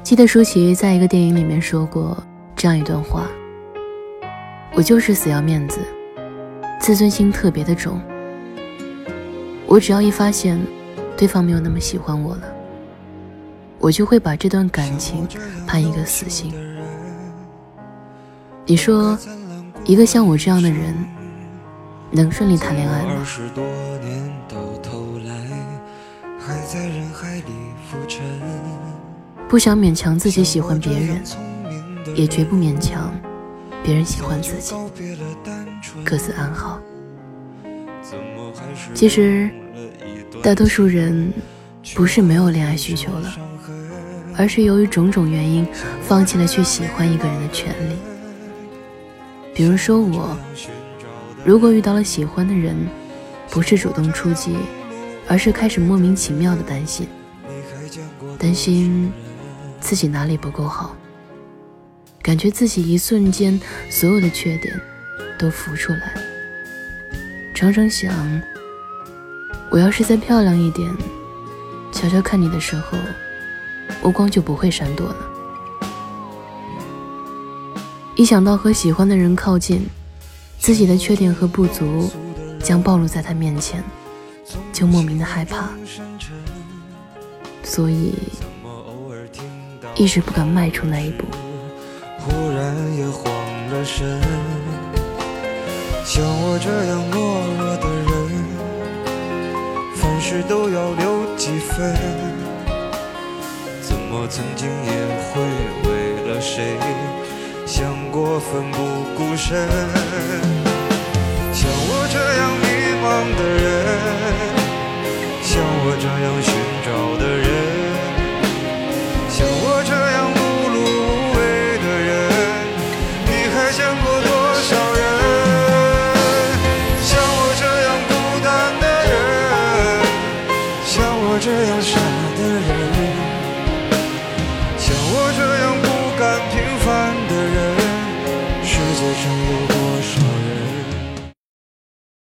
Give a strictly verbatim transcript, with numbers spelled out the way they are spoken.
记得舒淇在一个电影里面说过这样一段话：我就是死要面子，自尊心特别的重，我只要一发现对方没有那么喜欢我了，我就会把这段感情判一个死刑。你说一个像我这样的人能顺利谈恋爱吗？ 二十多年到头来还在人海里浮沉， 不想勉强自己喜欢别人，也绝不勉强别人喜欢自己，各自安好。其实大多数人不是没有恋爱需求了，而是由于种种原因放弃了去喜欢一个人的权利。比如说我，如果遇到了喜欢的人，不是主动出击，而是开始莫名其妙的担心，担心自己哪里不够好，感觉自己一瞬间所有的缺点都浮出来，常常想，我要是再漂亮一点，悄悄看你的时候，目光就不会闪躲了。一想到和喜欢的人靠近，自己的缺点和不足将暴露在他面前，就莫名的害怕，所以一直不敢迈出那一步。 忽然也慌了神，像我这样懦弱的人，凡事都要留几分，怎么曾经也会为了谁想过奋不顾身？像我这样迷茫的人，像我这样寻找的人，像我这样碌碌无为的人，你还见过多少人？像我这样孤单的人，像我这样